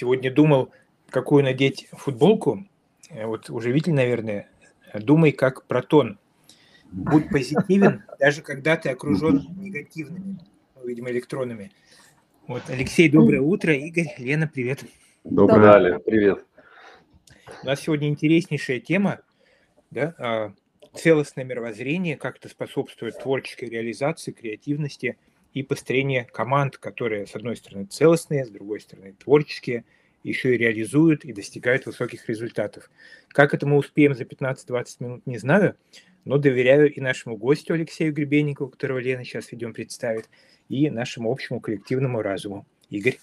Сегодня думал, какую надеть футболку. Вот уже видели, наверное. Думай как протон. Будь позитивен, даже когда ты окружен негативными, ну, видимо, электронами. Вот, Алексей, доброе утро. Игорь, Лена, привет. Доброе. Далее, привет. У нас сегодня интереснейшая тема, да, целостное мировоззрение, как это способствует творческой реализации, креативности и построению команд, которые, с одной стороны, целостные, с другой стороны, творческие, еще и реализуют и достигают высоких результатов. Как это мы успеем за 15-20 минут, не знаю, но доверяю и нашему гостю Алексею Гребенникову, которого Лена сейчас ведем представит, и нашему общему коллективному разуму. Игорь.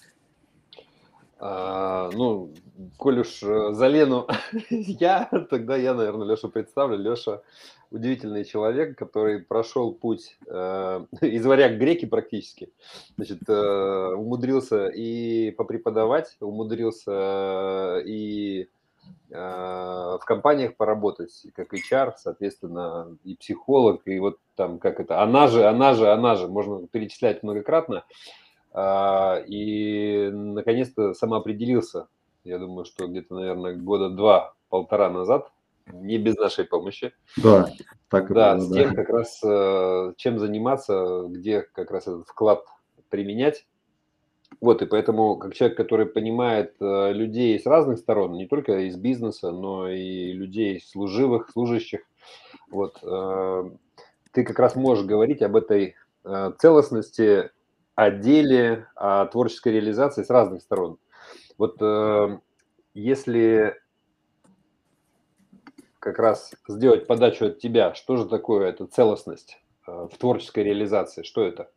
Ну, коль уж за Лену тогда я, наверное, Лешу представлю. Леша удивительный человек, который прошел путь из варяг греки практически. Значит, умудрился и попреподавать, умудрился и в компаниях поработать, как HR, соответственно, и психолог, и вот там, как это, она же, можно перечислять многократно. И, наконец-то, самоопределился, я думаю, что где-то, наверное, года 2-1,5 назад, не без нашей помощи. Да, так и Да, было, с тем как раз, чем заниматься, где как раз этот вклад применять. Вот, и поэтому, как человек, который понимает людей с разных сторон, не только из бизнеса, но и людей служивых, служащих, вот, ты как раз можешь говорить об этой целостности, о деле, о творческой реализации с разных сторон. Вот если как раз сделать подачу от тебя, что же такое эта целостность в творческой реализации? Что это?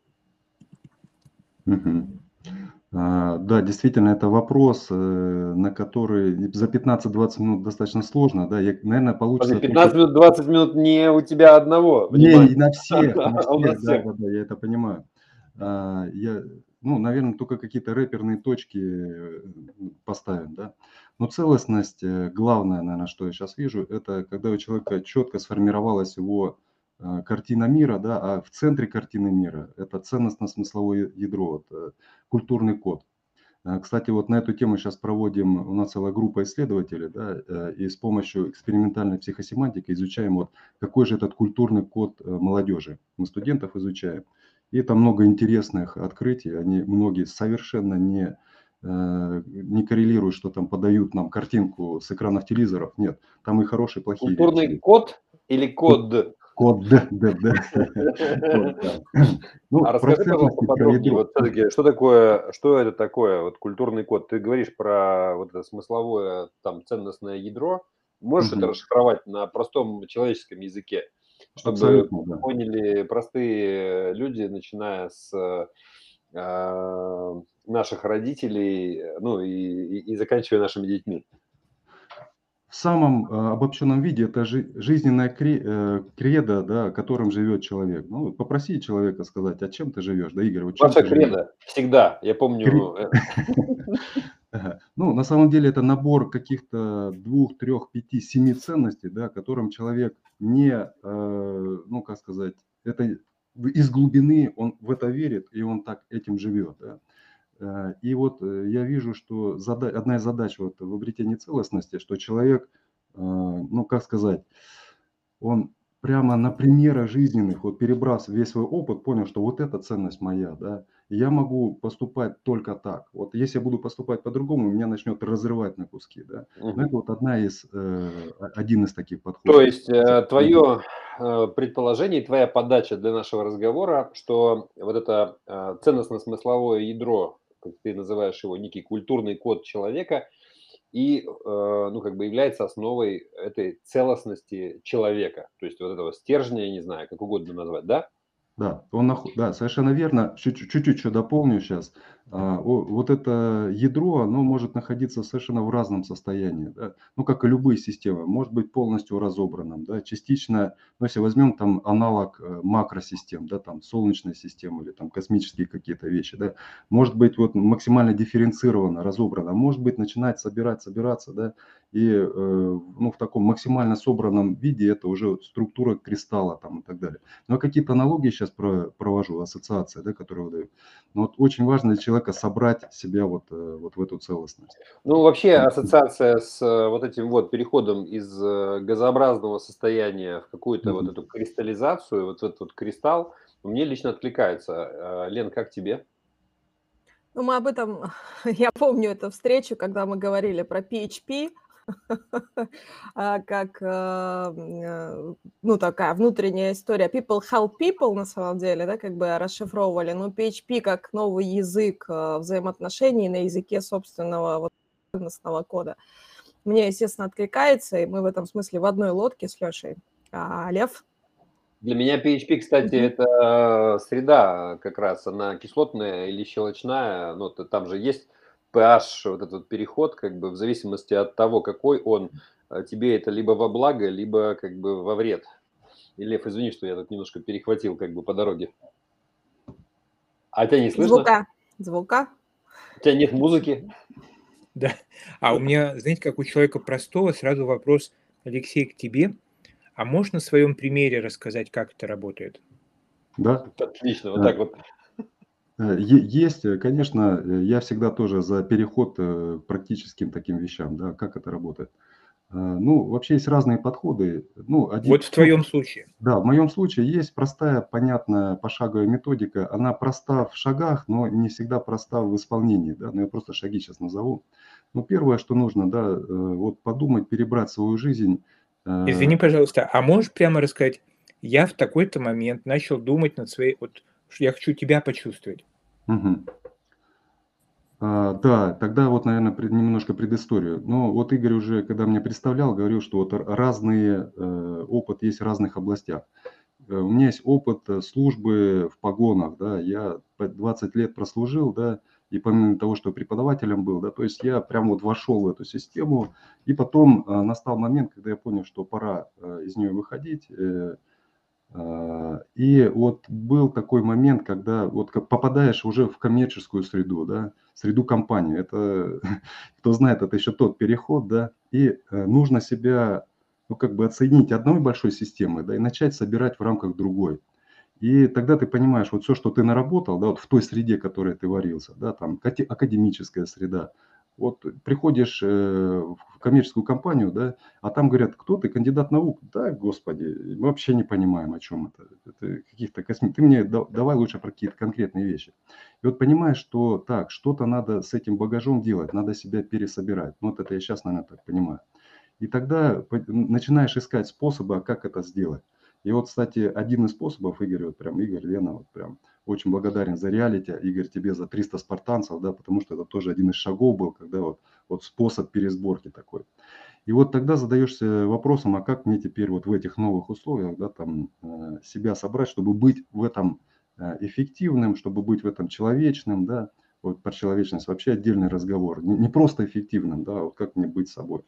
Да, действительно, это вопрос, на который за 15-20 минут достаточно сложно. Да, наверное, получится... 15 минут, 20 минут не у тебя одного, Не, и на всех, у нас всех. да, я это понимаю. Наверное, только какие-то рэперные точки поставим, да. Но целостность, главное, наверное, что я сейчас вижу, это когда у человека четко сформировалась его картина мира, да, а в центре картины мира это ценностно-смысловое ядро, вот, культурный код. Кстати, вот на эту тему сейчас проводим, у нас целая группа исследователей, да, и с помощью экспериментальной психосемантики изучаем, вот, какой же этот культурный код молодежи. Мы студентов изучаем. И там много интересных открытий, они многие совершенно не коррелируют, что там подают нам картинку с экранов телевизоров. Нет, там и хорошие, и плохие Культурный вещи. код или код? Код, да. А расскажи, пожалуйста, поподробнее, вот все-таки, что это такое, вот культурный код? Ты говоришь про вот это смысловое, там, ценностное ядро. Можешь это расшифровать на простом человеческом языке, чтобы поняли простые люди, начиная с наших родителей, ну и заканчивая нашими детьми? В самом обобщенном виде это жизненная кредо, да, которым живет человек. Ну, попроси человека сказать, а чем ты живешь, да, Игорь, вот чем Ваша ты живешь? кредо всегда, я помню. Ну, на самом деле это набор каких-то 2, 3, 5, 7 ценностей, да, которым человек ну, как сказать, это из глубины он в это верит, и он так этим живет, да. И вот я вижу, что одна из задач вот в обретении целостности, что человек, ну, как сказать, он прямо на примерах жизненных, вот перебрав весь свой опыт, понял, что вот эта ценность моя, да, и я могу поступать только так. Вот если я буду поступать по-другому, меня начнет разрывать на куски, да. Но это вот один из таких подходов. То есть твое предположение, твоя подача для нашего разговора, что вот это ценностно-смысловое ядро, как ты называешь его, некий культурный код человека, и, ну, как бы является основой этой целостности человека. То есть вот этого стержня, я не знаю, как угодно назвать, да? Да, да, совершенно верно. Чуть-чуть еще дополню сейчас. Вот это ядро, оно может находиться совершенно в разном состоянии, да. Ну, как и любые системы, может быть полностью разобранным, да, частично, ну, если возьмем там аналог макросистем, да, там солнечная система или там космические какие-то вещи, да, может быть вот максимально дифференцировано, разобрано, может быть начинает собираться, да, и ну, в таком максимально собранном виде это уже структура кристалла там и так далее. Но какие-то аналогии сейчас провожу, ассоциации, да, которые выдают. Но вот очень важно для человека человека собрать себя вот в эту целостность. Ну, вообще ассоциация с вот этим вот переходом из газообразного состояния в какую-то вот эту кристаллизацию, вот этот вот кристалл, мне лично откликается. Лен, как тебе? Ну, мы об этом, я помню эту встречу, когда мы говорили про PHP, как, ну, такая внутренняя история. People help people, на самом деле, да, как бы расшифровывали. Но PHP как новый язык взаимоотношений на языке собственного вот ценностного кода. Мне, естественно, откликается, и мы в этом смысле в одной лодке с Лешей. Лев? Для меня PHP, кстати, это среда как раз, она кислотная или щелочная, ну, там же есть pH, вот этот переход, как бы в зависимости от того, какой он, тебе это либо во благо, либо как бы во вред. И, Лев, извини, что я тут немножко перехватил как бы по дороге. А тебя не слышно? Звука. У тебя нет музыки? Да. А у меня, знаете, как у человека простого, сразу вопрос, Алексей, к тебе. А можешь на своем примере рассказать, как это работает? Да. Отлично, вот так вот. Есть, конечно, я всегда тоже за переход к практическим таким вещам, да, как это работает. Ну, вообще есть разные подходы. Ну, Вот в твоем случае. Да, в моем случае есть простая, понятная пошаговая методика. Она проста в шагах, но не всегда проста в исполнении. Да? Но я просто шаги сейчас назову. Ну, первое, что нужно, да, вот подумать, перебрать свою жизнь. Извини, пожалуйста, а можешь прямо рассказать, я в такой-то момент начал думать над своей, вот я хочу тебя почувствовать. Мгм. Да, тогда вот, наверное, немножко предысторию. Ну, вот Игорь уже, когда мне представлял, говорил, что вот разные опыт есть в разных областях. У меня есть опыт службы в погонах, да, я 20 лет прослужил, да, и помимо того, что преподавателем был, да, то есть я прям вот вошел в эту систему, и потом настал момент, когда я понял, что пора из нее выходить, и вот был такой момент, когда вот попадаешь уже в коммерческую среду, да, среду компании. Это, кто знает, это еще тот переход, да, и нужно себя, ну, как бы оценить одной большой системы, да, и начать собирать в рамках другой. И тогда ты понимаешь, вот все, что ты наработал, да, вот в той среде, в которой ты варился, да, там академическая среда, вот приходишь в коммерческую компанию, да, а там говорят, кто ты, кандидат наук? Да, господи, мы вообще не понимаем, о чем это. Это каких-то Ты мне давай лучше про какие-то конкретные вещи. И вот понимаешь, что так, что-то надо с этим багажом делать, надо себя пересобирать. Ну, вот это я сейчас, наверное, так понимаю. И тогда начинаешь искать способы, как это сделать. И вот, кстати, один из способов, Игорь, вот прям, Игорь, Лена, вот прям очень благодарен за реалити, Игорь, тебе за 300 спартанцев, да, потому что это тоже один из шагов был, когда вот способ пересборки такой. И вот тогда задаешься вопросом, а как мне теперь вот в этих новых условиях, да, там, себя собрать, чтобы быть в этом эффективным, чтобы быть в этом человечным, да, вот про человечность вообще отдельный разговор, не просто эффективным, да, вот как мне быть собой.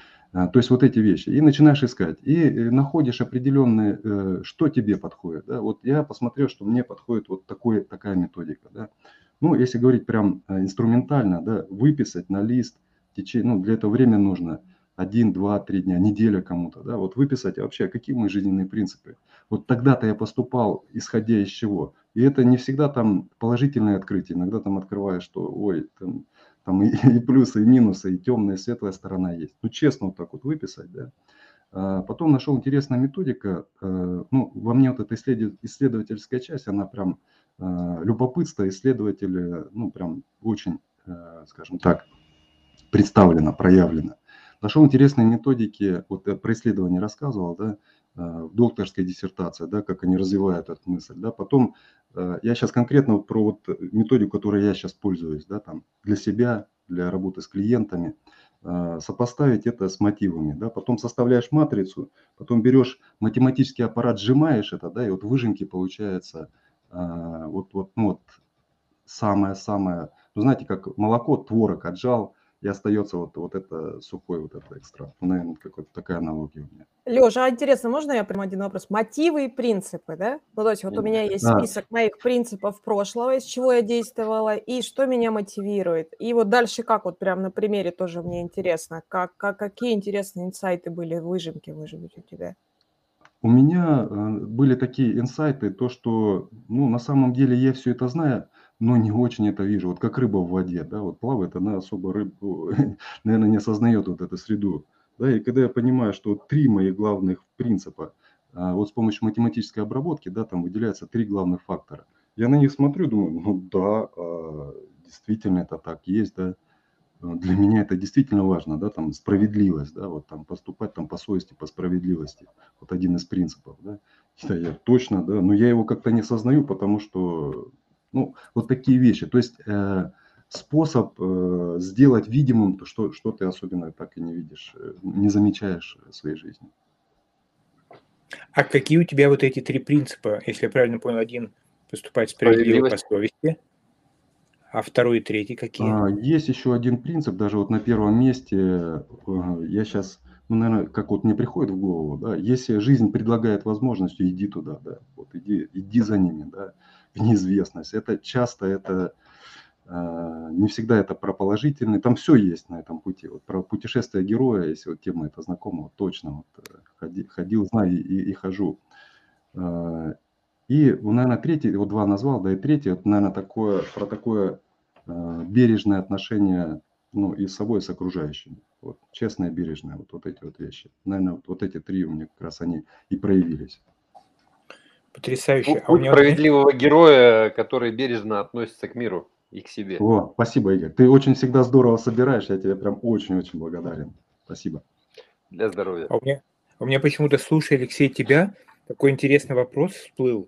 То есть вот эти вещи. И начинаешь искать. И находишь определенные, что тебе подходит. Да? Вот я посмотрел, что мне подходит вот такая методика. Да? Ну, если говорить прям инструментально, да, выписать на лист, ну, для этого время нужно 1, 2, 3 дня, неделя кому-то. Да? Вот выписать вообще, какие мои жизненные принципы. Вот тогда-то я поступал, исходя из чего. И это не всегда там положительные открытия. Иногда там открываешь, что, ой, там и плюсы, и минусы, и темная, и светлая сторона есть. Ну, честно вот так вот выписать, да. Потом нашел интересная методика. Ну, во мне вот эта исследовательская часть, она прям любопытство исследователя, ну, прям очень, скажем так, представлена, проявлена. Нашел интересные методики, вот я про исследование рассказывал, да, в докторской диссертации, да, как они развивают эту мысль, да. Потом я сейчас конкретно вот про вот методику, которой я сейчас пользуюсь, да, там для себя, для работы с клиентами, сопоставить это с мотивами, да. Потом составляешь матрицу, потом берешь математический аппарат, сжимаешь это, да, и вот выжимки получается ну вот самое-самое, ну, знаете, как молоко, творог отжал, и остается вот это сухой вот этот экстракт. Ну, наверное, какая-то такая аналогия у меня. Лёша, а интересно, можно я прям один вопрос? Мотивы и принципы, да? Ну, то есть вот у меня есть Да. список моих принципов прошлого, из чего я действовала, и что меня мотивирует. И вот дальше как, вот прям на примере тоже мне интересно, какие интересные инсайты были, выжимки, может быть, у тебя? У меня были такие инсайты, то, что, ну, на самом деле я все это знаю, но не очень это вижу. Вот как рыба в воде, да, вот плавает, она особо рыбу, наверное, не осознает вот эту среду. Да, и когда я понимаю, что вот 3 моих главных принципа, вот с помощью математической обработки, да, там выделяются 3 главных фактора. Я на них смотрю, думаю, ну да, действительно это так есть, да. Для меня это действительно важно, да, там справедливость, да, вот там поступать там по совести, по справедливости. Вот один из принципов, да. Да, я точно, да, но я его как-то не осознаю, потому что, ну, вот такие вещи. То есть способ сделать видимым то, что ты особенно так и не видишь, не замечаешь в своей жизни. А какие у тебя вот эти 3 принципа? Если я правильно понял, один поступать справедливо по Справедливость. совести, а второй и третий какие? Есть еще один принцип, даже вот на первом месте, я сейчас, ну, наверное, как вот мне приходит в голову, да, если жизнь предлагает возможность, иди туда, да, вот иди за ними, да, в неизвестность. Это часто, не всегда это про положительный, там все есть на этом пути. Вот про путешествие героя, если вот тема эта знакома, вот точно, вот, ходил, знаю и хожу. И, наверное, третий, вот 2 назвал, да, и третий, вот, наверное, про такое бережное отношение, ну, и с собой, и с окружающими. Вот, честное, бережное, вот эти вот вещи. Наверное, вот эти 3 у меня как раз они и проявились. Потрясающе. А у Путь меня вот, знаешь, справедливого героя, который бережно относится к миру и к себе. О, спасибо, Игорь. Ты очень всегда здорово собираешь, я тебе прям очень-очень благодарен. Спасибо. Для здоровья. а у меня почему-то, слушай, Алексей, тебя, такой интересный вопрос всплыл.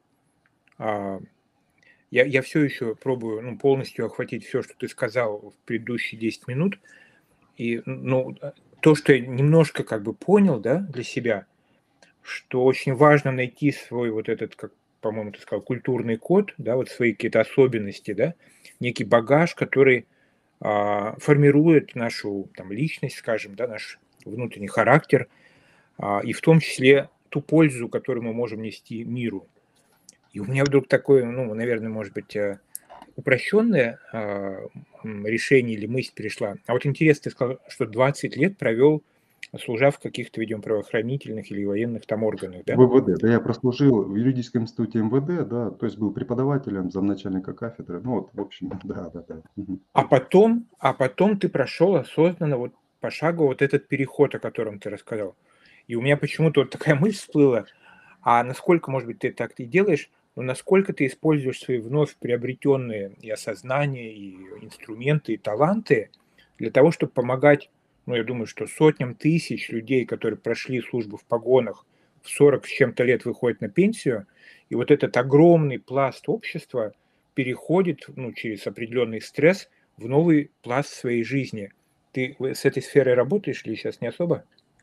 Я все еще пробую, ну, полностью охватить все, что ты сказал в предыдущие 10 минут. И, ну, то, что я немножко как бы понял, да, для себя, что очень важно найти свой вот этот, как, по-моему, ты сказал, культурный код, да, вот свои какие-то особенности, да, некий багаж, который формирует нашу там личность, скажем, да, наш внутренний характер, и в том числе ту пользу, которую мы можем нести миру. И у меня вдруг такое, ну, наверное, может быть, упрощенное решение или мысль пришла. А вот интересно, ты сказал, что 20 лет провел, служа в каких-то, видимо, правоохранительных или военных там органах, да? ВВД, да, я прослужил в юридическом институте МВД, да, то есть был преподавателем, замначальника кафедры, ну вот, в общем, да. Мгм. А потом ты прошел осознанно вот пошагово вот этот переход, о котором ты рассказал. И у меня почему-то вот такая мысль всплыла, а насколько, может быть, ты так и делаешь, но насколько ты используешь свои вновь приобретенные и осознания, и инструменты, и таланты для того, чтобы помогать, ну, я думаю, что сотням тысяч людей, которые прошли службу в погонах, в 40 с чем-то лет выходят на пенсию, и вот этот огромный пласт общества переходит, ну, через определенный стресс в новый пласт своей жизни. Ты с этой сферой работаешь или сейчас не особо?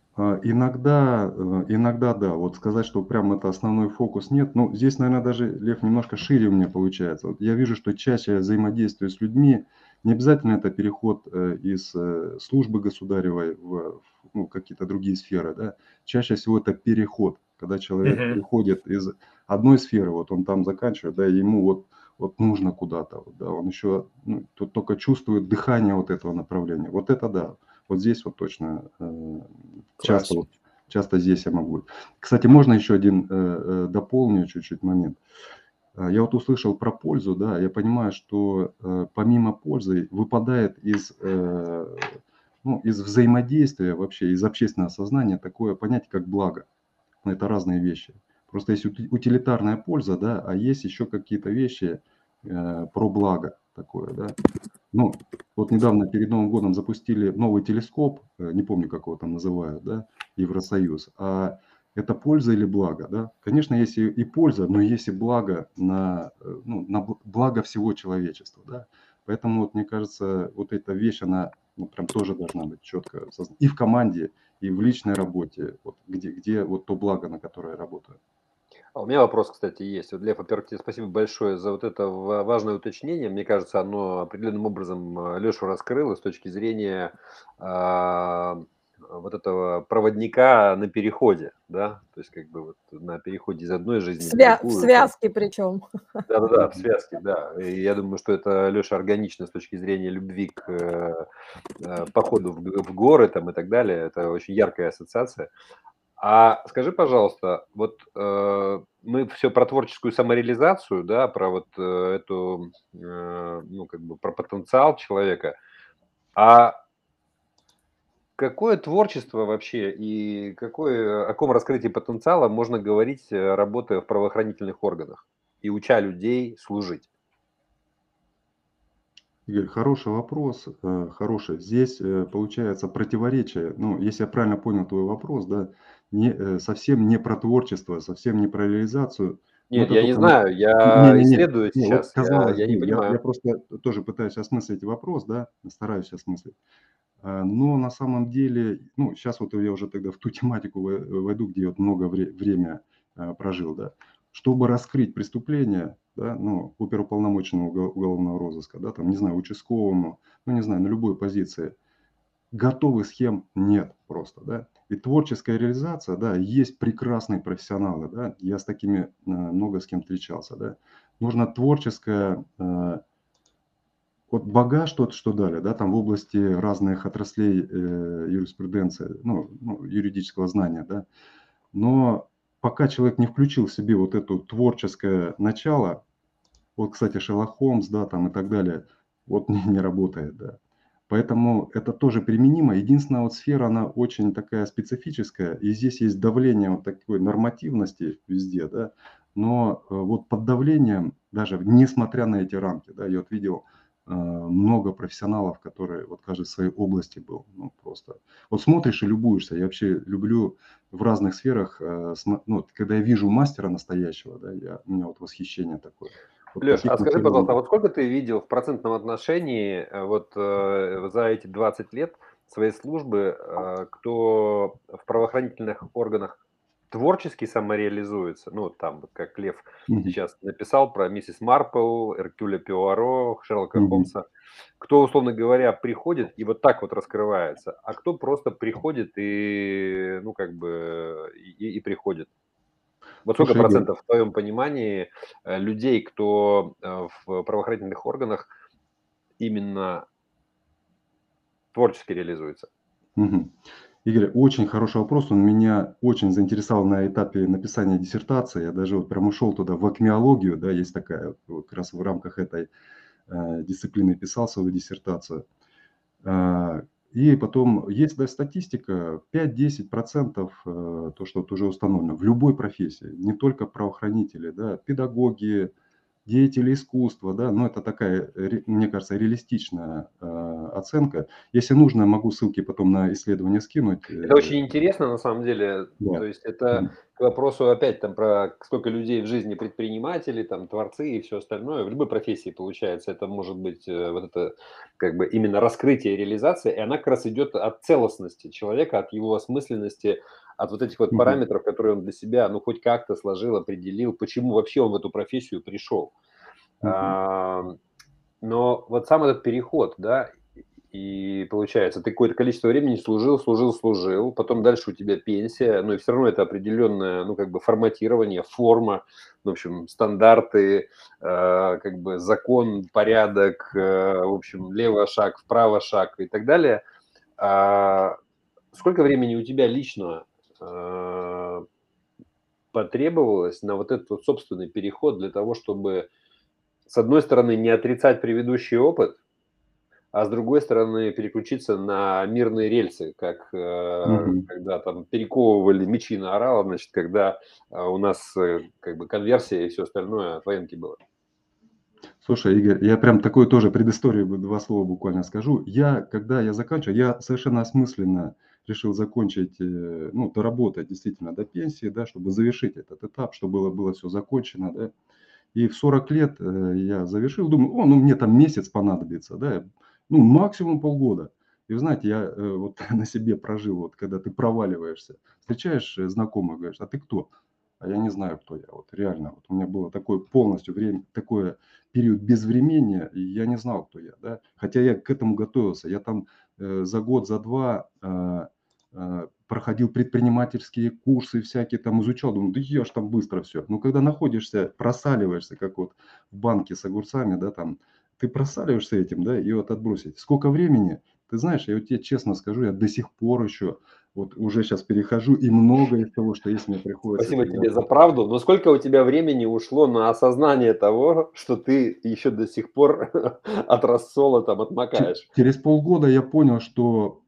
Иногда да. Вот сказать, что прям это основной фокус нет. Ну, здесь, наверное, даже, Лев, немножко шире у меня получается. Вот я вижу, что чаще я взаимодействую с людьми. Не обязательно это переход из службы государевой ну, какие-то другие сферы. Да? Чаще всего это переход, когда человек Мгм. переходит из одной сферы, вот он там заканчивает, да, и ему вот нужно куда-то. Вот, да, он еще тут только чувствует дыхание вот этого направления. Вот это да. Вот здесь вот точно Класс. часто здесь я могу. Кстати, можно еще один дополню чуть-чуть момент. Я вот услышал про пользу, да, я понимаю, что помимо пользы выпадает из взаимодействия вообще, из общественного сознания такое понятие, как благо. Но это разные вещи. Просто есть утилитарная польза, да, а есть еще какие-то вещи про благо такое, да. Ну, вот недавно перед Новым годом запустили новый телескоп, не помню, как его там называют, да, Евросоюз. А это польза или благо, да? Конечно, есть и польза, но есть и благо на благо всего человечества, да. Поэтому вот мне кажется, вот эта вещь, она прям тоже должна быть четко и в команде, и в личной работе, вот где вот то благо, на которое я работаю. А у меня вопрос, кстати, есть. Вот, Лев, во-первых, тебе спасибо большое за вот это важное уточнение. Мне кажется, оно определенным образом Лешу раскрыло с точки зрения вот этого проводника на переходе, да, то есть как бы вот на переходе из одной жизни в В другую. связке причем. Да-да-да, в связке, да. И я думаю, что это, Леша, органично с точки зрения любви к походу в горы там и так далее. Это очень яркая ассоциация. А скажи, пожалуйста, вот мы все про творческую самореализацию, да, про вот эту, ну, как бы про потенциал человека. А какое творчество вообще и какое, о каком раскрытии потенциала можно говорить, работая в правоохранительных органах и уча людей служить? Игорь, хороший вопрос, хороший. Здесь получается противоречие. Ну, если я правильно понял твой вопрос, да, совсем не про творчество, совсем не про реализацию. Но Нет, это я не только вот... знаю, я Не-не-не, исследую не, вот сейчас, казалось я не бы, я понимаю. просто тоже пытаюсь осмыслить вопрос, да, стараюсь осмыслить. Но на самом деле, ну, сейчас вот я уже тогда в ту тематику войду, где вот много время прожил, да. Чтобы раскрыть преступление, да, ну, оперуполномоченному уголовного розыска, да, там, не знаю, участковому, ну, не знаю, на любой позиции, готовых схем нет просто, да. И творческая реализация, да, есть прекрасные профессионалы, да, я с такими много с кем встречался, да. Нужно творческое вот багаж тот, что дали, да, там в области разных отраслей юриспруденции, ну, юридического знания, да, но пока человек не включил в себе вот это творческое начало, вот, кстати, Шерлок Холмс, да, там и так далее, вот не работает, да. Поэтому это тоже применимо. Единственная вот сфера, она очень такая специфическая, и здесь есть давление вот такой нормативности везде, да, но вот под давлением, даже несмотря на эти рамки, да, я вот видел много профессионалов, которые вот каждый в своей области был, ну просто. Вот смотришь и любуешься. Я вообще люблю в разных сферах, ну, когда я вижу мастера настоящего, да, у меня вот восхищение такое. Вот Леш, таких а вот скажи, всегда пожалуйста, а много. вот сколько ты видел в процентном отношении вот за эти 20 лет своей службы, кто в правоохранительных органах творчески самореализуется? Ну, вот там, вот как Лев Мгм. сейчас написал про миссис Марпл, Эркюля Пуаро, Шерлока Мгм. Холмса. Кто, условно говоря, приходит и вот так вот раскрывается, а кто просто приходит и, ну, как бы, и приходит? Вот сколько Слушай, Игорь, процентов в твоем понимании людей, кто в правоохранительных органах именно творчески реализуется? мгм. Игорь, очень хороший вопрос. Он меня очень заинтересовал на этапе написания диссертации. Я даже вот прям ушел туда в акмеологию, да, есть такая, вот как раз в рамках этой дисциплины писал свою диссертацию. А, И потом есть да, статистика, 5-10% то, что вот уже установлено в любой профессии, не только правоохранители, да, педагоги, деятели искусства, да, но это такая, мне кажется, реалистичная оценка. Если нужно, я могу ссылки потом на исследование скинуть. Это очень интересно, на самом деле. То Да. есть это Мгм. к вопросу опять там про сколько людей в жизни предприниматели, там творцы и все остальное. В любой профессии получается, это может быть вот это как бы именно раскрытие, реализация, и она как раз идет от целостности человека, от его осмысленности, от вот этих вот Мгм. параметров, которые он для себя, ну, хоть как-то сложил, определил, почему вообще он в эту профессию пришел. Мгм. Ам, но вот сам этот переход, да, и получается, ты какое-то количество времени служил, потом дальше у тебя пенсия, ну и все равно это определенное, ну как бы форматирование, форма, ну, в общем, стандарты, как бы закон, порядок, в общем, лево шаг, вправо шаг и так далее. А, Сколько времени у тебя лично потребовалось на вот этот вот собственный переход для того, чтобы, с одной стороны, не отрицать предыдущий опыт, а с другой стороны переключиться на мирные рельсы, как Мгм. когда там перековывали мечи на орала, значит, когда у нас как бы конверсия и все остальное от военки было. Слушай, Игорь, я прям такую тоже предысторию, 2 слова буквально скажу. Когда я заканчивал, я совершенно осмысленно решил закончить, ну, доработать действительно до пенсии, да, чтобы завершить этот этап, чтобы было все закончено, да. И в 40 лет я завершил, думаю, ну, мне там месяц понадобится, да, ну, максимум полгода. И вы знаете, я вот на себе прожил, вот когда ты проваливаешься, встречаешь знакомых, говоришь, а ты кто? А я не знаю, кто я. Вот реально, вот у меня было такое полностью время, такое период безвременья, и я не знал, кто я, да. Хотя я к этому готовился. Я там за год, за два проходил предпринимательские курсы всякие, там изучал, думаю, да я ж там быстро все. Но когда находишься, просаливаешься, как вот в банке с огурцами, да, там, ты просаливаешься этим, да, и вот отбросить. Сколько времени, ты знаешь, я вот тебе честно скажу, я до сих пор еще Вот уже сейчас перехожу, и многое из того, что есть, мне приходится... Спасибо тебе за правду. Но сколько у тебя времени ушло на осознание того, что ты еще до сих пор от рассола там отмокаешь? Через полгода я понял, что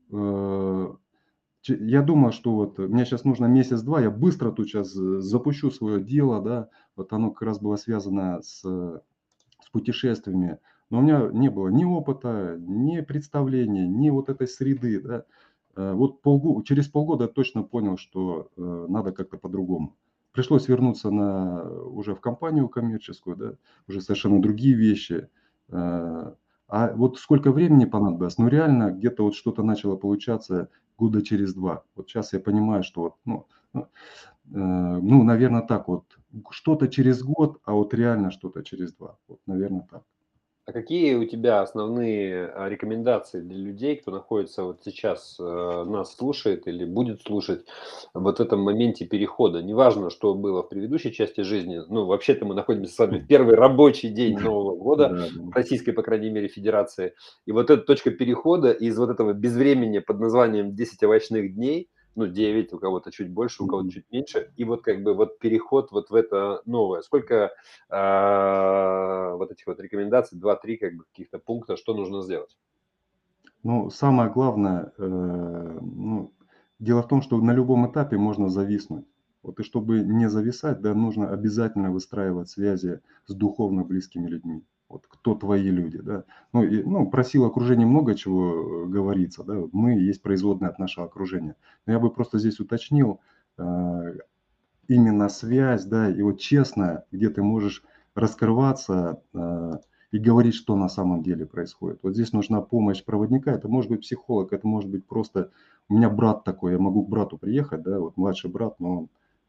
я думал, что вот мне сейчас нужно месяц-два, я быстро тут сейчас запущу свое дело, да, вот оно как раз было связано с путешествиями, но у меня не было ни опыта, ни представления, ни вот этой среды, да. Вот через полгода я точно понял, что надо как-то по-другому. Пришлось вернуться уже в компанию коммерческую, да, уже совершенно другие вещи. А вот сколько времени понадобилось? Ну, реально, где-то вот что-то начало получаться года через 2. Вот сейчас я понимаю, что вот, наверное, так вот. Что-то через год, а вот реально что-то через 2. Вот, наверное, так. А какие у тебя основные рекомендации для людей, кто находится вот сейчас, нас слушает или будет слушать в этом моменте перехода? Неважно, что было в предыдущей части жизни. Ну, вообще-то мы находимся с вами в первый рабочий день Нового года Да, в Российской, по крайней мере, Федерации. И вот эта точка перехода из вот этого безвремени под названием 10 овощных дней, ну, 9, у кого-то чуть больше, у кого-то чуть меньше, и вот как бы вот переход вот в это новое. Сколько вот этих вот рекомендаций, 2-3 как бы каких-то пункта, что нужно сделать? Ну, самое главное, дело в том, что на любом этапе можно зависнуть. Вот и чтобы не зависать, да, нужно обязательно выстраивать связи с духовно близкими людьми. Вот кто твои люди, да. Про силу окружения много чего говорится, да. Мы есть производные от нашего окружения. Но я бы просто здесь уточнил, именно связь, да, и вот честно, где ты можешь раскрываться и говорить, что на самом деле происходит. Вот здесь нужна помощь проводника, это может быть психолог, это может быть просто, у меня брат такой, я могу к брату приехать, да, вот младший брат, но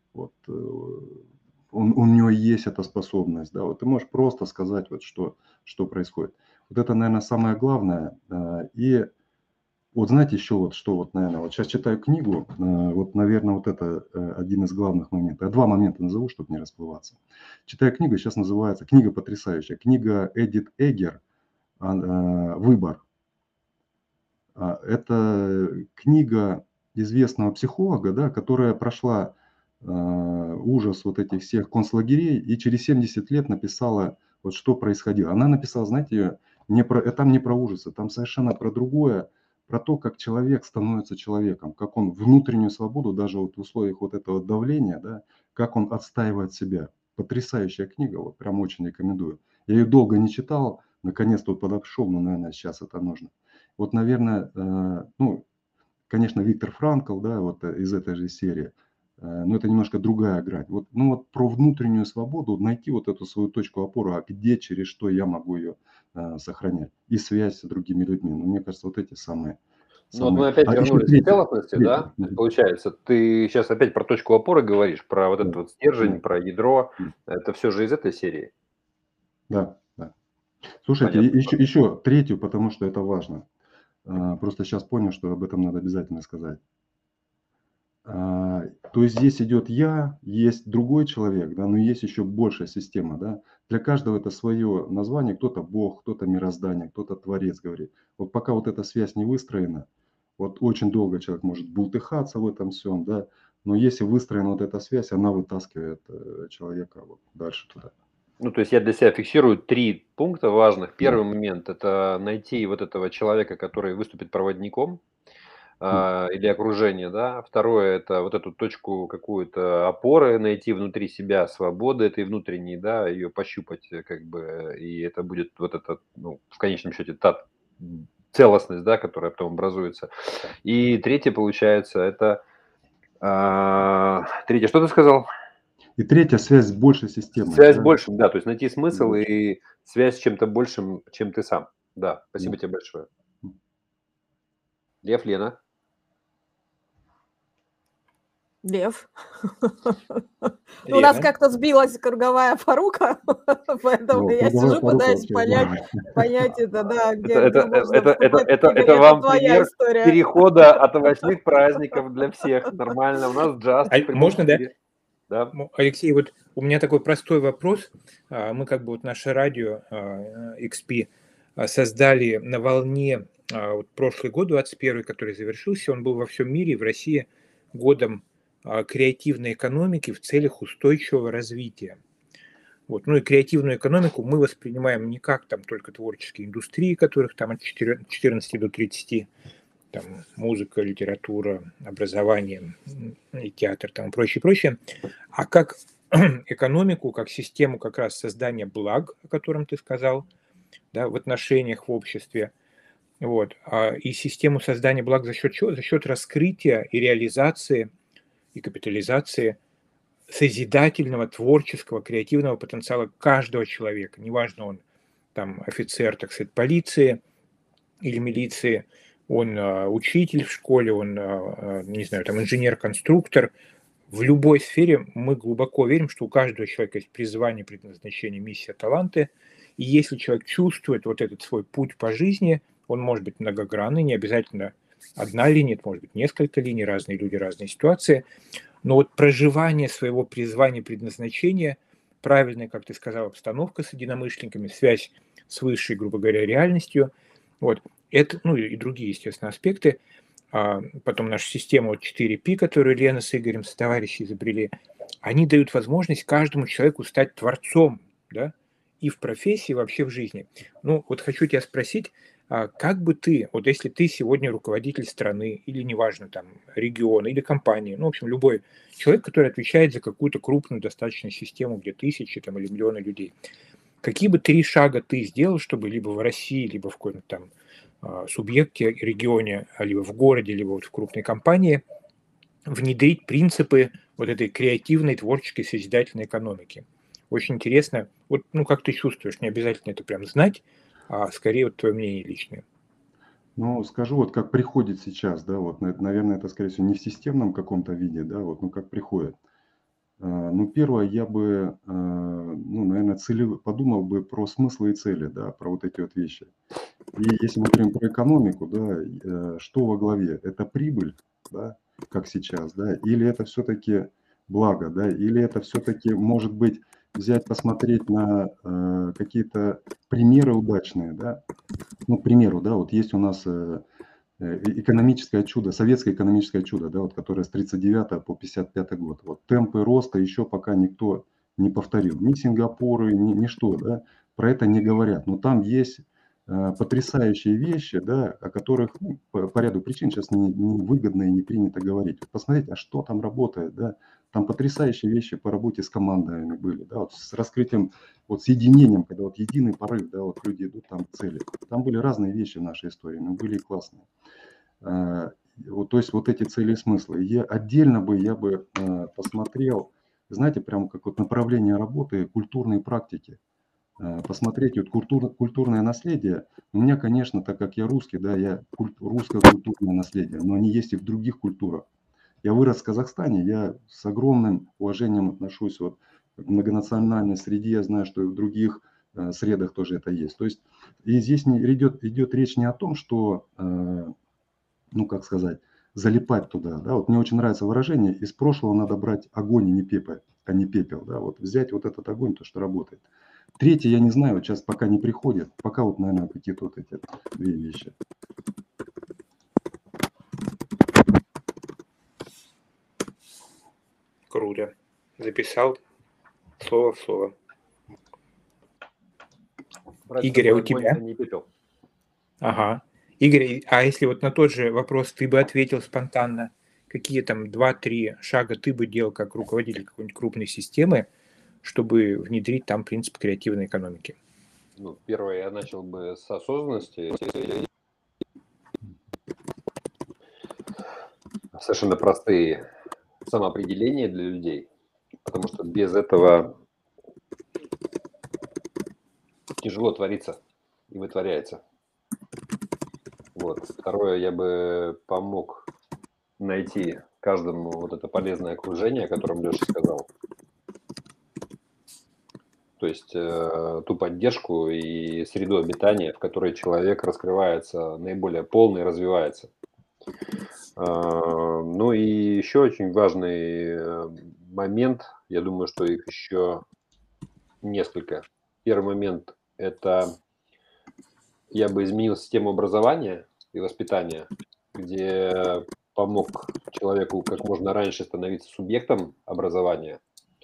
у него есть эта способность, да, вот ты можешь просто сказать, вот что происходит. Вот это, наверное, самое главное. И вот знаете еще вот что, вот, наверное, вот сейчас читаю книгу, вот, наверное, вот это один из главных моментов. Я 2 момента назову, чтобы не расплываться. Читаю книгу, сейчас называется, книга потрясающая, книга Эдит Эггер «Выбор». Это книга известного психолога, да, которая прошла ужас вот этих всех концлагерей и через 70 лет написала, вот что происходило. Она написала, знаете, там не про ужасы, там совершенно про другое, про то, как человек становится человеком, как он внутреннюю свободу, даже вот в условиях вот этого давления, да, как он отстаивает себя. Потрясающая книга, вот прям очень рекомендую. Я ее долго не читал, наконец-то вот подошел, но, наверное, сейчас это нужно. Вот, наверное, конечно, Виктор Франкл, да, вот из этой же серии, но это немножко другая грань. Вот про внутреннюю свободу, найти вот эту свою точку опоры, а где, через что я могу ее сохранять. И связь с другими людьми. Ну, мне кажется, вот эти самые. Ну, вот мы опять еще вернулись к третий. целостности, да? Получается, ты сейчас опять про точку опоры говоришь, про вот этот вот стержень, про ядро. Это все же из этой серии. Да. Слушайте, еще третью, потому что это важно. Просто сейчас понял, что об этом надо обязательно сказать. То есть здесь идет я, есть другой человек, да, но есть еще большая система, да. Для каждого это свое название, кто-то Бог, кто-то мироздание, кто-то Творец говорит. Вот пока вот эта связь не выстроена, вот очень долго человек может бултыхаться в этом всем, да, но если выстроена вот эта связь, она вытаскивает человека вот дальше туда. Ну, то есть я для себя фиксирую 3 пункта важных. Первый момент – это найти вот этого человека, который выступит проводником или окружение, да. Второе – это вот эту точку какую-то опоры найти внутри себя, свободы этой внутренней, да, ее пощупать как бы, и это будет вот это, ну, в конечном счете, та целостность, да, которая потом образуется. И третье, получается, это… Третье, что ты сказал? И третья связь с большей системой. Связь с большим, да, то есть найти смысл и связь с чем-то большим, чем ты сам. Да, спасибо тебе большое. Лев, Лена. Лев. У нас как-то сбилась круговая порука, поэтому я сижу, пытаюсь понять это, да, где это вам пример перехода от овощных праздников для всех. Нормально, у нас джаз. Можно, да? Да. Алексей, вот у меня такой простой вопрос. Мы как бы вот наше радио XP создали на волне вот прошлый год, 21, который завершился, он был во всем мире, в России, годом креативной экономики в целях устойчивого развития. Вот. Ну и креативную экономику мы воспринимаем не как там только творческие индустрии, которых там от 14 до 30, там музыка, литература, образование, и театр там, и прочее, прочее, а как экономику, как систему как раз создания благ, о котором ты сказал, да, в отношениях в обществе, вот, и систему создания благ за счет чего? За счет раскрытия и реализации и капитализации созидательного, творческого, креативного потенциала каждого человека. Неважно, он там офицер, так сказать, полиции или милиции, он учитель в школе, он, не знаю, там инженер-конструктор. В любой сфере мы глубоко верим, что у каждого человека есть призвание, предназначение, миссия, таланты. И если человек чувствует вот этот свой путь по жизни, он может быть многогранный, не обязательно одна линия, это может быть несколько линий, разные люди, разные ситуации. Но вот проживание своего призвания, предназначения, правильная, как ты сказал, обстановка с единомышленниками, связь с высшей, грубо говоря, реальностью, вот, это, ну и другие, естественно, аспекты. Потом наша система вот 4P, которую Лена с Игорем, с товарищи изобрели, они дают возможность каждому человеку стать творцом, да, и в профессии, и вообще в жизни. Ну, вот хочу тебя спросить, как бы ты, вот если ты сегодня руководитель страны, или неважно, там, региона, или компании, ну, в общем, любой человек, который отвечает за какую-то крупную достаточно систему, где тысячи там, или миллионы людей, какие бы 3 шага ты сделал, чтобы либо в России, либо в каком-то там субъекте, регионе, либо в городе, либо вот в крупной компании внедрить принципы вот этой креативной, творческой, созидательной экономики? Очень интересно, вот, ну, как ты чувствуешь, не обязательно это прям знать, а скорее вот твое мнение личное. Ну, скажу, вот как приходит сейчас, да, вот, наверное, это, скорее всего, не в системном каком-то виде, да, вот, ну, как приходит. Ну, первое, я бы, ну, наверное, подумал бы про смыслы и цели, да, про вот эти вот вещи. И если мы говорим про экономику, да, что во главе? Это прибыль, да, как сейчас, да, или это все-таки благо, да, или это все-таки, может быть, взять, посмотреть на какие-то примеры удачные, да. Ну, к примеру, да, вот есть у нас экономическое чудо, советское экономическое чудо, да, вот, которое с 1939 по 1955 год. Вот темпы роста еще пока никто не повторил. Ни Сингапур, ни что, да, про это не говорят. Но там есть потрясающие вещи, да, о которых ну, по ряду причин сейчас не выгодно и не принято говорить. Вот посмотрите, а что там работает, да, там потрясающие вещи по работе с командами были, да, вот с раскрытием, вот с единением, когда вот единый порыв, да, вот люди идут там к цели. Там были разные вещи в нашей истории, но были и классные. Вот, то есть вот эти цели и смыслы. Я бы посмотрел, знаете, прям как вот направление работы культурные практики. Посмотреть вот культурное наследие. У меня, конечно, так как я русский, да, русское культурное наследие, но они есть и в других культурах. Я вырос в Казахстане, я с огромным уважением отношусь вот к многонациональной среде, я знаю, что и в других средах тоже это есть. То есть и здесь идет речь не о том, что ну, как сказать, залипать туда, да, вот мне очень нравится выражение, из прошлого надо брать огонь, а не пепел, да, вот взять вот этот огонь, то, что работает. Третье, я не знаю, вот сейчас пока не приходит, пока вот, наверное, какие-то вот эти две вещи. Круто. Записал слово в слово. Игорь, а у тебя? Не пепел. Ага. Игорь, а если вот на тот же вопрос ты бы ответил спонтанно, какие там 2-3 шага ты бы делал как руководитель какой-нибудь крупной системы, чтобы внедрить там принцип креативной экономики? Ну, первое, я начал бы с осознанности. Совершенно простые самоопределения для людей, потому что без этого тяжело творится и вытворяется. Вот. Второе, я бы помог найти каждому вот это полезное окружение, о котором Леша сказал. То есть ту поддержку и среду обитания, в которой человек раскрывается наиболее полно и развивается. Ну и еще очень важный момент, я думаю, что их еще несколько. Первый момент – это я бы изменил систему образования и воспитания, где помог человеку как можно раньше становиться субъектом образования,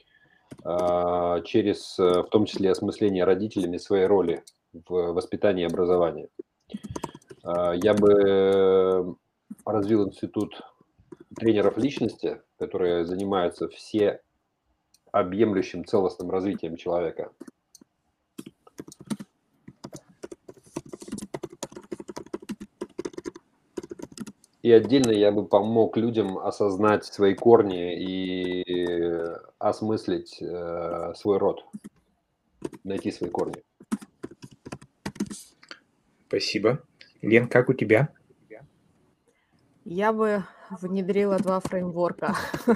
через, в том числе, осмысление родителями своей роли в воспитании и образовании. Я бы развил институт тренеров личности, которые занимаются всеобъемлющим целостным развитием человека. И отдельно я бы помог людям осознать свои корни и осмыслить свой род, найти свои корни. Спасибо. Лен, как у тебя? Я бы внедрила 2 фреймворка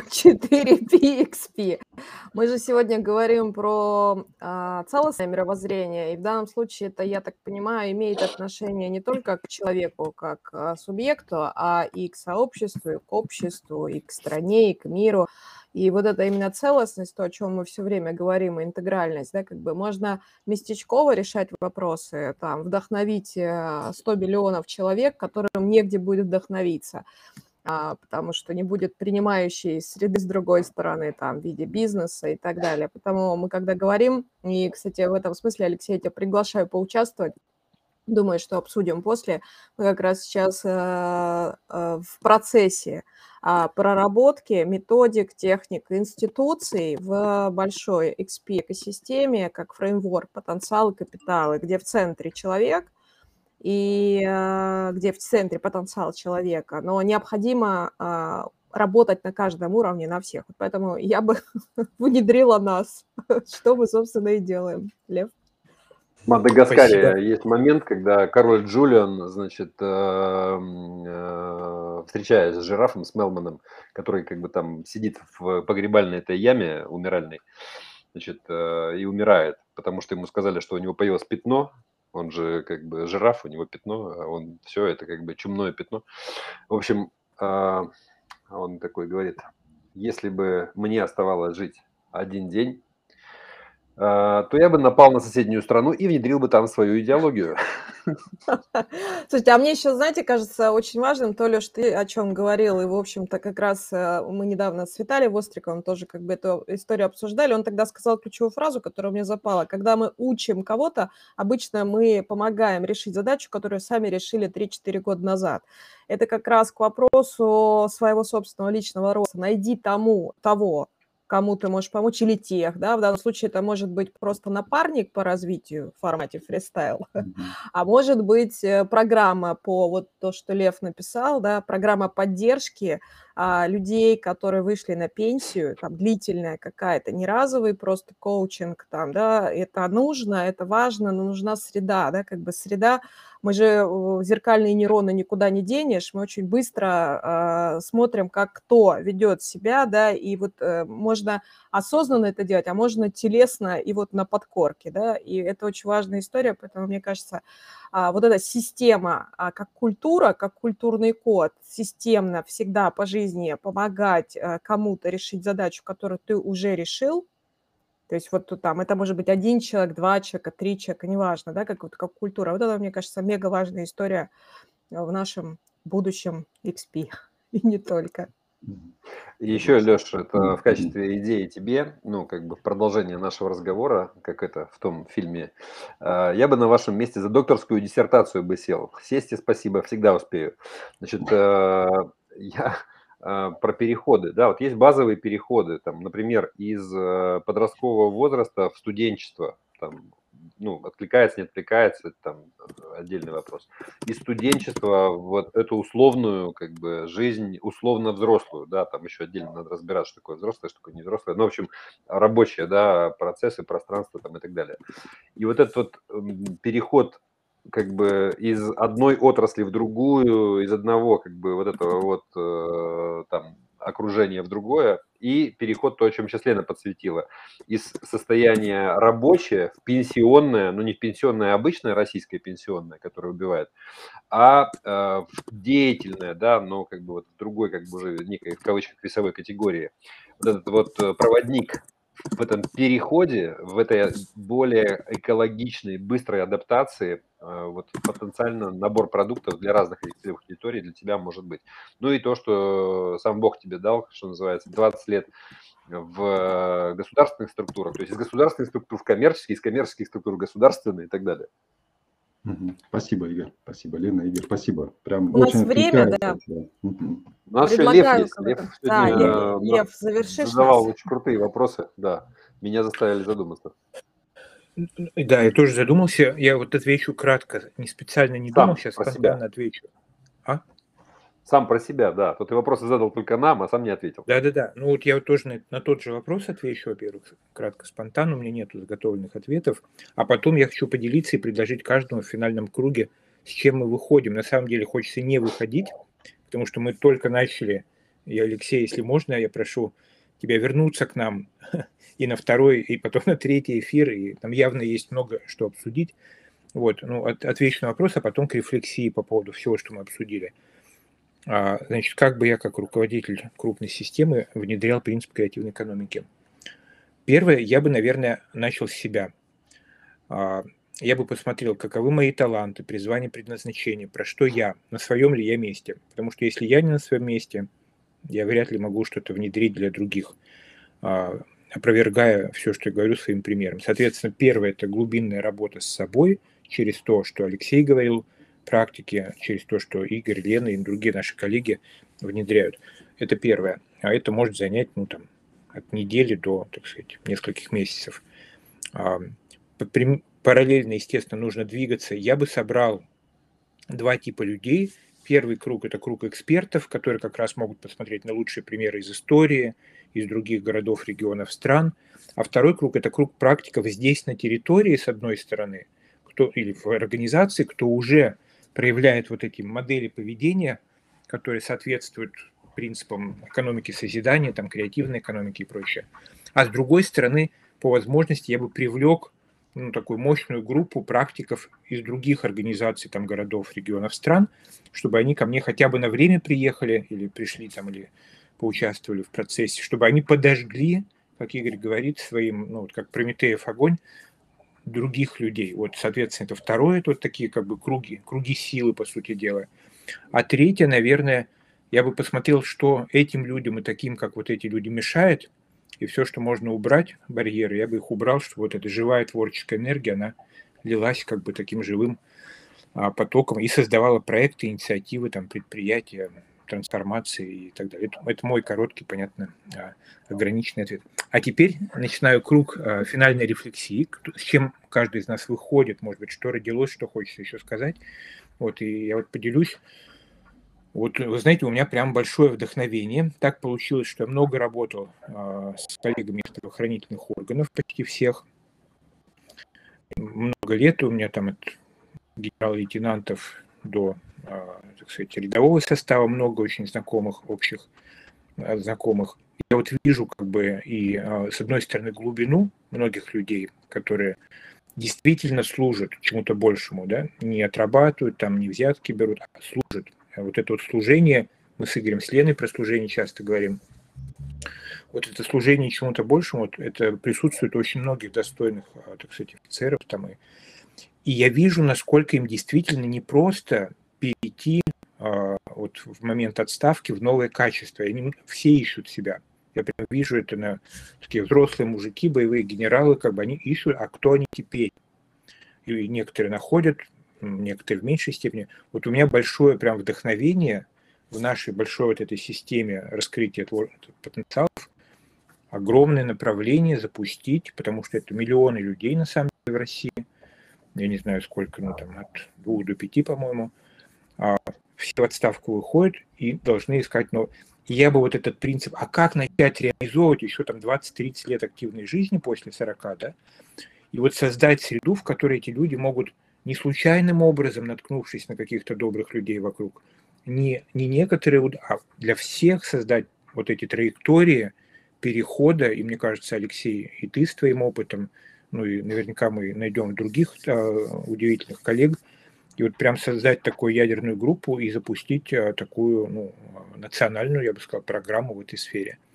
4PXP. Мы же сегодня говорим про целостное мировоззрение, и в данном случае это, я так понимаю, имеет отношение не только к человеку как субъекту, а и к сообществу, и к обществу, и к стране, и к миру. И вот это именно целостность, то, о чем мы все время говорим, и интегральность, да, как бы можно местечково решать вопросы, там, вдохновить 100 миллионов человек, которым негде будет вдохновиться, потому что не будет принимающей среды с другой стороны, там, в виде бизнеса и так далее. Потому мы, когда говорим, и, кстати, в этом смысле, Алексей, я тебя приглашаю поучаствовать, думаю, что обсудим после. Мы как раз сейчас в процессе проработки методик, техник, институций в большой XP-экосистеме, как фреймворк потенциал и капиталы, где в центре человек, и где в центре потенциал человека, но необходимо работать на каждом уровне, на всех. Поэтому я бы внедрила нас, что мы, собственно, и делаем. Лев? В Мадагаскаре Спасибо. есть момент, когда король Джулиан, значит, встречаясь с жирафом, с Мелманом, который как бы там сидит в погребальной этой яме умиральной, значит, и умирает, потому что ему сказали, что у него появилось пятно, он же как бы жираф, у него пятно, а он все это как бы чумное пятно. В общем, он такой говорит: если бы мне оставалось жить один день, то я бы напал на соседнюю страну и внедрил бы там свою идеологию. Слушайте, а мне еще, знаете, кажется очень важным, то, Леш, ты о чем говорил, и, в общем-то, как раз мы недавно с Виталием Востриковым тоже как бы эту историю обсуждали, он тогда сказал ключевую фразу, которая мне запала. Когда мы учим кого-то, обычно мы помогаем решить задачу, которую сами решили 3-4 года назад. Это как раз к вопросу своего собственного личного роста. Найди того, кому ты можешь помочь, или тех, да, в данном случае это может быть просто напарник по развитию в формате фристайл, а может быть программа по вот то, что Лев написал, да, программа поддержки людей, которые вышли на пенсию, там, длительная какая-то, не разовый просто коучинг, там, да, это нужно, это важно, но нужна среда, да, как бы среда. Мы же зеркальные нейроны никуда не денешь, мы очень быстро смотрим, как кто ведет себя, да, и вот можно осознанно это делать, а можно телесно и вот на подкорке, да, и это очень важная история, поэтому, мне кажется, вот эта система, как культура, как культурный код, системно всегда по жизни помогать кому-то решить задачу, которую ты уже решил. То есть вот там это может быть 1 человек, 2 человека, 3 человека, неважно, да, как культура. Вот это, мне кажется, мега важная история в нашем будущем XP, и не только. И еще, Леш, это в качестве идеи тебе, ну, как бы в продолжение нашего разговора, как это в том фильме, я бы на вашем месте за докторскую диссертацию бы сел. Сесть и спасибо, всегда успею. Значит, я про переходы, да, вот есть базовые переходы, там, например, из подросткового возраста в студенчество, там, ну, откликается, не откликается, это там отдельный вопрос. Из студенчества вот эту условную, как бы, жизнь, условно взрослую, да, там еще отдельно надо разбирать, что такое взрослое, что такое не взрослое, ну, в общем, рабочие, да, процессы, пространство там и так далее. И вот этот вот переход как бы из одной отрасли в другую, из одного как бы вот этого вот там окружения в другое, и переход, то, о чем сейчас Лена подсветила, из состояния рабочее в пенсионное, ну не в пенсионное, а обычное российское пенсионное, которое убивает, а в деятельное, да, но как бы вот в другой, как бы уже некой, в кавычках, весовой категории. Вот этот вот проводник в этом переходе, в этой более экологичной, быстрой адаптации, вот потенциально набор продуктов для разных целевых аудиторий для тебя может быть. Ну и то, что сам Бог тебе дал, что называется, 20 лет в государственных структурах, то есть из государственных структур в коммерческие, из коммерческих структур в государственные и так далее. Спасибо, Игорь. Спасибо, Лена. Игорь, спасибо. Прям У нас очень время, да. откликается. У нас еще Лев Предлагаю есть. Лев кого-то. Да, сегодня Лев, завершишь задавал нас? очень крутые вопросы. Да, меня заставили задуматься. Да, я тоже задумался. Я вот отвечу кратко. Не специально не думал, сейчас про спонтанно себя. отвечу. А? Сам про себя, да. То ты вопросы задал только нам, а сам не ответил. Да. Ну вот я вот тоже на тот же вопрос отвечу, во-первых, кратко, спонтанно. У меня нету заготовленных ответов. А потом я хочу поделиться и предложить каждому в финальном круге, с чем мы выходим. На самом деле хочется не выходить, потому что мы только начали. И, Алексей, если можно, я прошу тебя вернуться к нам и на второй, и потом на третий эфир. И там явно есть много что обсудить. Вот, ну, отвечу на вопрос, а потом к рефлексии по поводу всего, что мы обсудили. Значит, как бы я, как руководитель крупной системы, внедрял принцип креативной экономики? Первое, я бы, наверное, начал с себя. Я бы посмотрел, каковы мои таланты, призвание, предназначение, про что я, на своем ли я месте. Потому что если я не на своем месте, я вряд ли могу что-то внедрить для других, опровергая все, что я говорю своим примером. Соответственно, первое – это глубинная работа с собой, через то, что Алексей говорил, практики, через то, что Игорь, Лена и другие наши коллеги внедряют. Это первое. А это может занять, ну, там, от недели до, так сказать, нескольких месяцев. Параллельно, естественно, нужно двигаться. Я бы собрал два типа людей. Первый круг – это круг экспертов, которые как раз могут посмотреть на лучшие примеры из истории, из других городов, регионов, стран. А второй круг – это круг практиков здесь, на территории, с одной стороны, или в организации, кто уже проявляет вот эти модели поведения, которые соответствуют принципам экономики созидания, там, креативной экономики и прочее. А с другой стороны, по возможности я бы привлек такую мощную группу практиков из других организаций, там, городов, регионов, стран, чтобы они ко мне хотя бы на время приехали или пришли там, или поучаствовали в процессе, чтобы они подожгли, как Игорь говорит, своим, ну, вот как Прометеев огонь, других людей. Вот, соответственно, это второе, это вот такие как бы круги силы, по сути дела. А третье, наверное, я бы посмотрел, что этим людям и таким, как вот эти люди, мешает, и все, что можно убрать, барьеры, я бы их убрал, чтобы вот эта живая творческая энергия, она лилась как бы таким живым потоком и создавала проекты, инициативы, там, предприятия, трансформации и так далее. Это мой короткий, понятно, ограниченный ответ. А теперь начинаю круг финальной рефлексии, с чем каждый из нас выходит, может быть, что родилось, что хочется еще сказать. Вот, и я вот поделюсь. Вот, вы знаете, у меня прям большое вдохновение. Так получилось, что я много работал с коллегами из правоохранительных органов, почти всех. Много лет у меня там от генерал-лейтенантов до, так сказать, рядового состава, много очень знакомых, общих знакомых. Я вот вижу как бы и, с одной стороны, глубину многих людей, которые действительно служат чему-то большему, да, не отрабатывают, там, не взятки берут, а служат. А вот это вот служение, мы с Игорем, с Леной про служение часто говорим, вот это служение чему-то большему, вот это присутствует у очень многих достойных, так сказать, офицеров там, и я вижу, насколько им действительно непросто перейти вот в момент отставки в новое качество. И они все ищут себя. Я прям вижу это на такие взрослые мужики, боевые генералы, как бы они ищут, а кто они теперь? И некоторые находят, некоторые в меньшей степени. Вот у меня большое прям вдохновение в нашей большой вот этой системе раскрытия потенциалов, огромное направление запустить, потому что это миллионы людей на самом деле в России. Я не знаю сколько, ну там от 2 до 5, по-моему. Все в отставку выходят и должны искать новое. И я бы вот этот принцип, а как начать реализовывать еще там 20-30 лет активной жизни после 40, да, и вот создать среду, в которой эти люди могут не случайным образом, наткнувшись на каких-то добрых людей вокруг, не некоторые, а для всех создать вот эти траектории перехода, и мне кажется, Алексей, и ты с твоим опытом, ну и наверняка мы найдем других удивительных коллег, и вот прям создать такую ядерную группу и запустить такую, ну, национальную, я бы сказал, программу в этой сфере.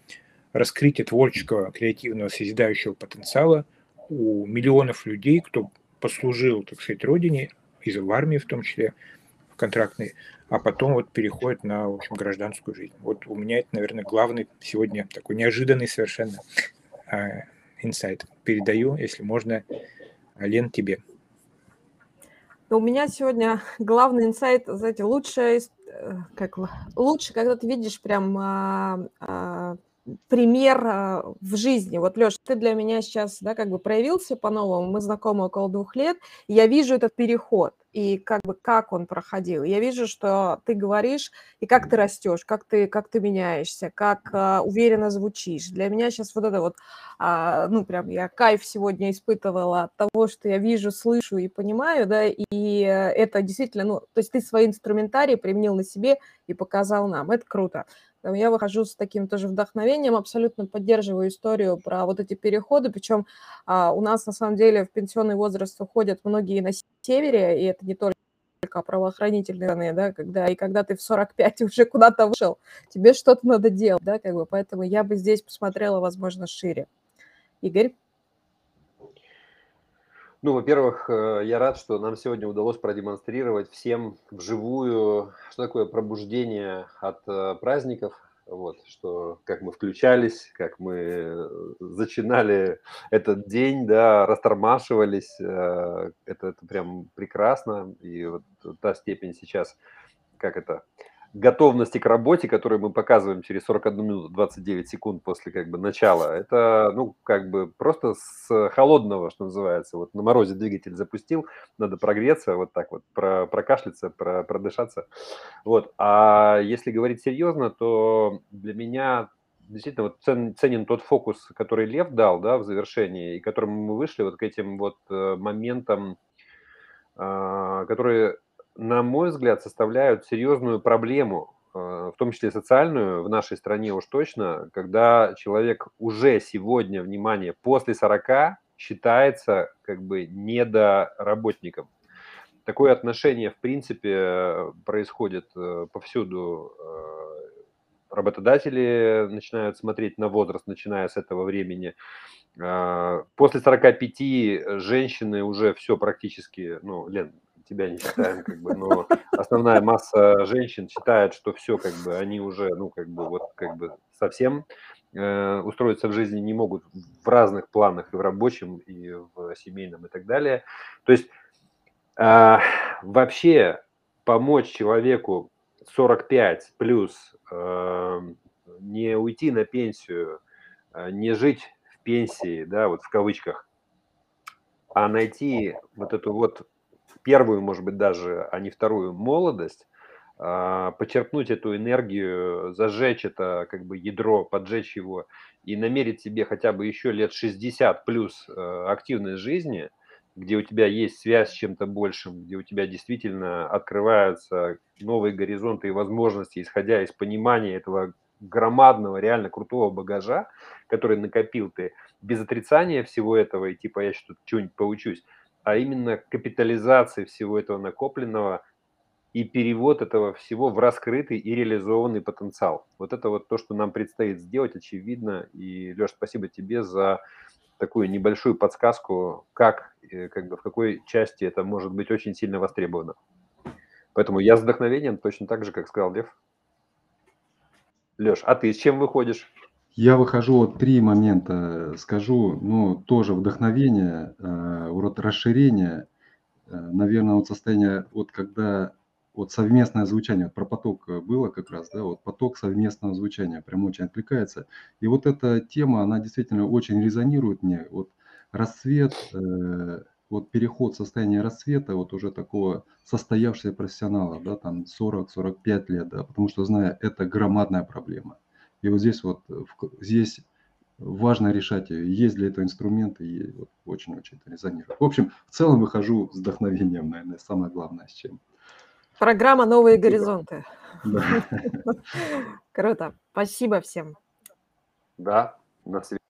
раскрытие творческого, креативного, созидающего потенциала у миллионов людей, кто послужил, так сказать, родине, в армии в том числе, в контрактной, а потом вот переходит на, в общем, гражданскую жизнь. Вот у меня это, наверное, главный сегодня такой неожиданный совершенно инсайт. Передаю, если можно, Лен, тебе. У меня сегодня главный инсайт, знаете, лучше, когда ты видишь прям пример в жизни. Вот, Лёш, ты для меня сейчас, да, как бы проявился по-новому, мы знакомы около 2 лет, и я вижу этот переход, и как бы как он проходил. Я вижу, что ты говоришь, и как ты растешь, как ты меняешься, как уверенно звучишь. Для меня сейчас вот это вот, ну, прям я кайф сегодня испытывала от того, что я вижу, слышу и понимаю, да, и это действительно, ну, то есть ты свои инструментарии применил на себе и показал нам. Это круто. Я выхожу с таким тоже вдохновением, абсолютно поддерживаю историю про вот эти переходы, причем у нас на самом деле в пенсионный возраст уходят многие на севере, и это не только правоохранительные данные, да, когда ты в 45 уже куда-то вышел, тебе что-то надо делать, да, как бы, поэтому я бы здесь посмотрела, возможно, шире. Игорь? Ну, во-первых, я рад, что нам сегодня удалось продемонстрировать всем вживую, что такое пробуждение от праздников, вот, что как мы включались, как мы зачинали этот день, да, растормашивались, это прям прекрасно, и вот та степень сейчас, как это, готовности к работе, которую мы показываем через 41 минуту 29 секунд после как бы начала, это, ну, как бы просто с холодного, что называется, вот на морозе двигатель запустил, надо прогреться, вот так вот, прокашляться, продышаться. Вот. А если говорить серьезно, то для меня действительно вот ценен тот фокус, который Лев дал, да, в завершении, и к которому мы вышли вот к этим вот моментам, которые, на мой взгляд, составляют серьезную проблему, в том числе социальную, в нашей стране уж точно, когда человек уже сегодня, внимание, после 40 считается как бы недоработником. Такое отношение, в принципе, происходит повсюду. Работодатели начинают смотреть на возраст, начиная с этого времени. После 45 женщины уже все практически, ну, Лен, тебя не считаем, как бы, но основная масса женщин считает, что все, как бы, они уже, ну, как бы, вот, как бы, совсем устроиться в жизни не могут в разных планах, и в рабочем, и в семейном, и так далее. То есть вообще помочь человеку 45 плюс не уйти на пенсию, не жить в пенсии, да, вот в кавычках, а найти вот эту вот первую, может быть, даже, а не вторую молодость, почерпнуть эту энергию, зажечь это как бы ядро, поджечь его и намерить себе хотя бы еще лет 60 плюс активной жизни, где у тебя есть связь с чем-то большим, где у тебя действительно открываются новые горизонты и возможности, исходя из понимания этого громадного, реально крутого багажа, который накопил ты, без отрицания всего этого и типа я что-то что-нибудь поучусь, а именно капитализации всего этого накопленного и перевод этого всего в раскрытый и реализованный потенциал. Вот это вот то, что нам предстоит сделать, очевидно. И, Леш, спасибо тебе за такую небольшую подсказку, как бы, в какой части это может быть очень сильно востребовано. Поэтому я с вдохновением, точно так же, как сказал Лев. Леш, а ты с чем выходишь? Я выхожу, вот 3 момента скажу, ну, тоже вдохновение, вот расширение, наверное, вот состояние, вот когда вот совместное звучание, вот про поток было как раз, да, вот поток совместного звучания прям очень откликается. И вот эта тема, она действительно очень резонирует мне. Вот расцвет, вот переход состояния расцвета, вот уже такого состоявшегося профессионала, да, там 40-45 лет, да, потому что, знаю, это громадная проблема. И вот здесь вот, здесь важно решать ее, есть для этого инструменты, и вот очень-очень это резонирует. В общем, в целом выхожу с вдохновением, наверное, самое главное с чем. Программа «Новые горизонты». Да. Круто. Спасибо всем. Да, на связи.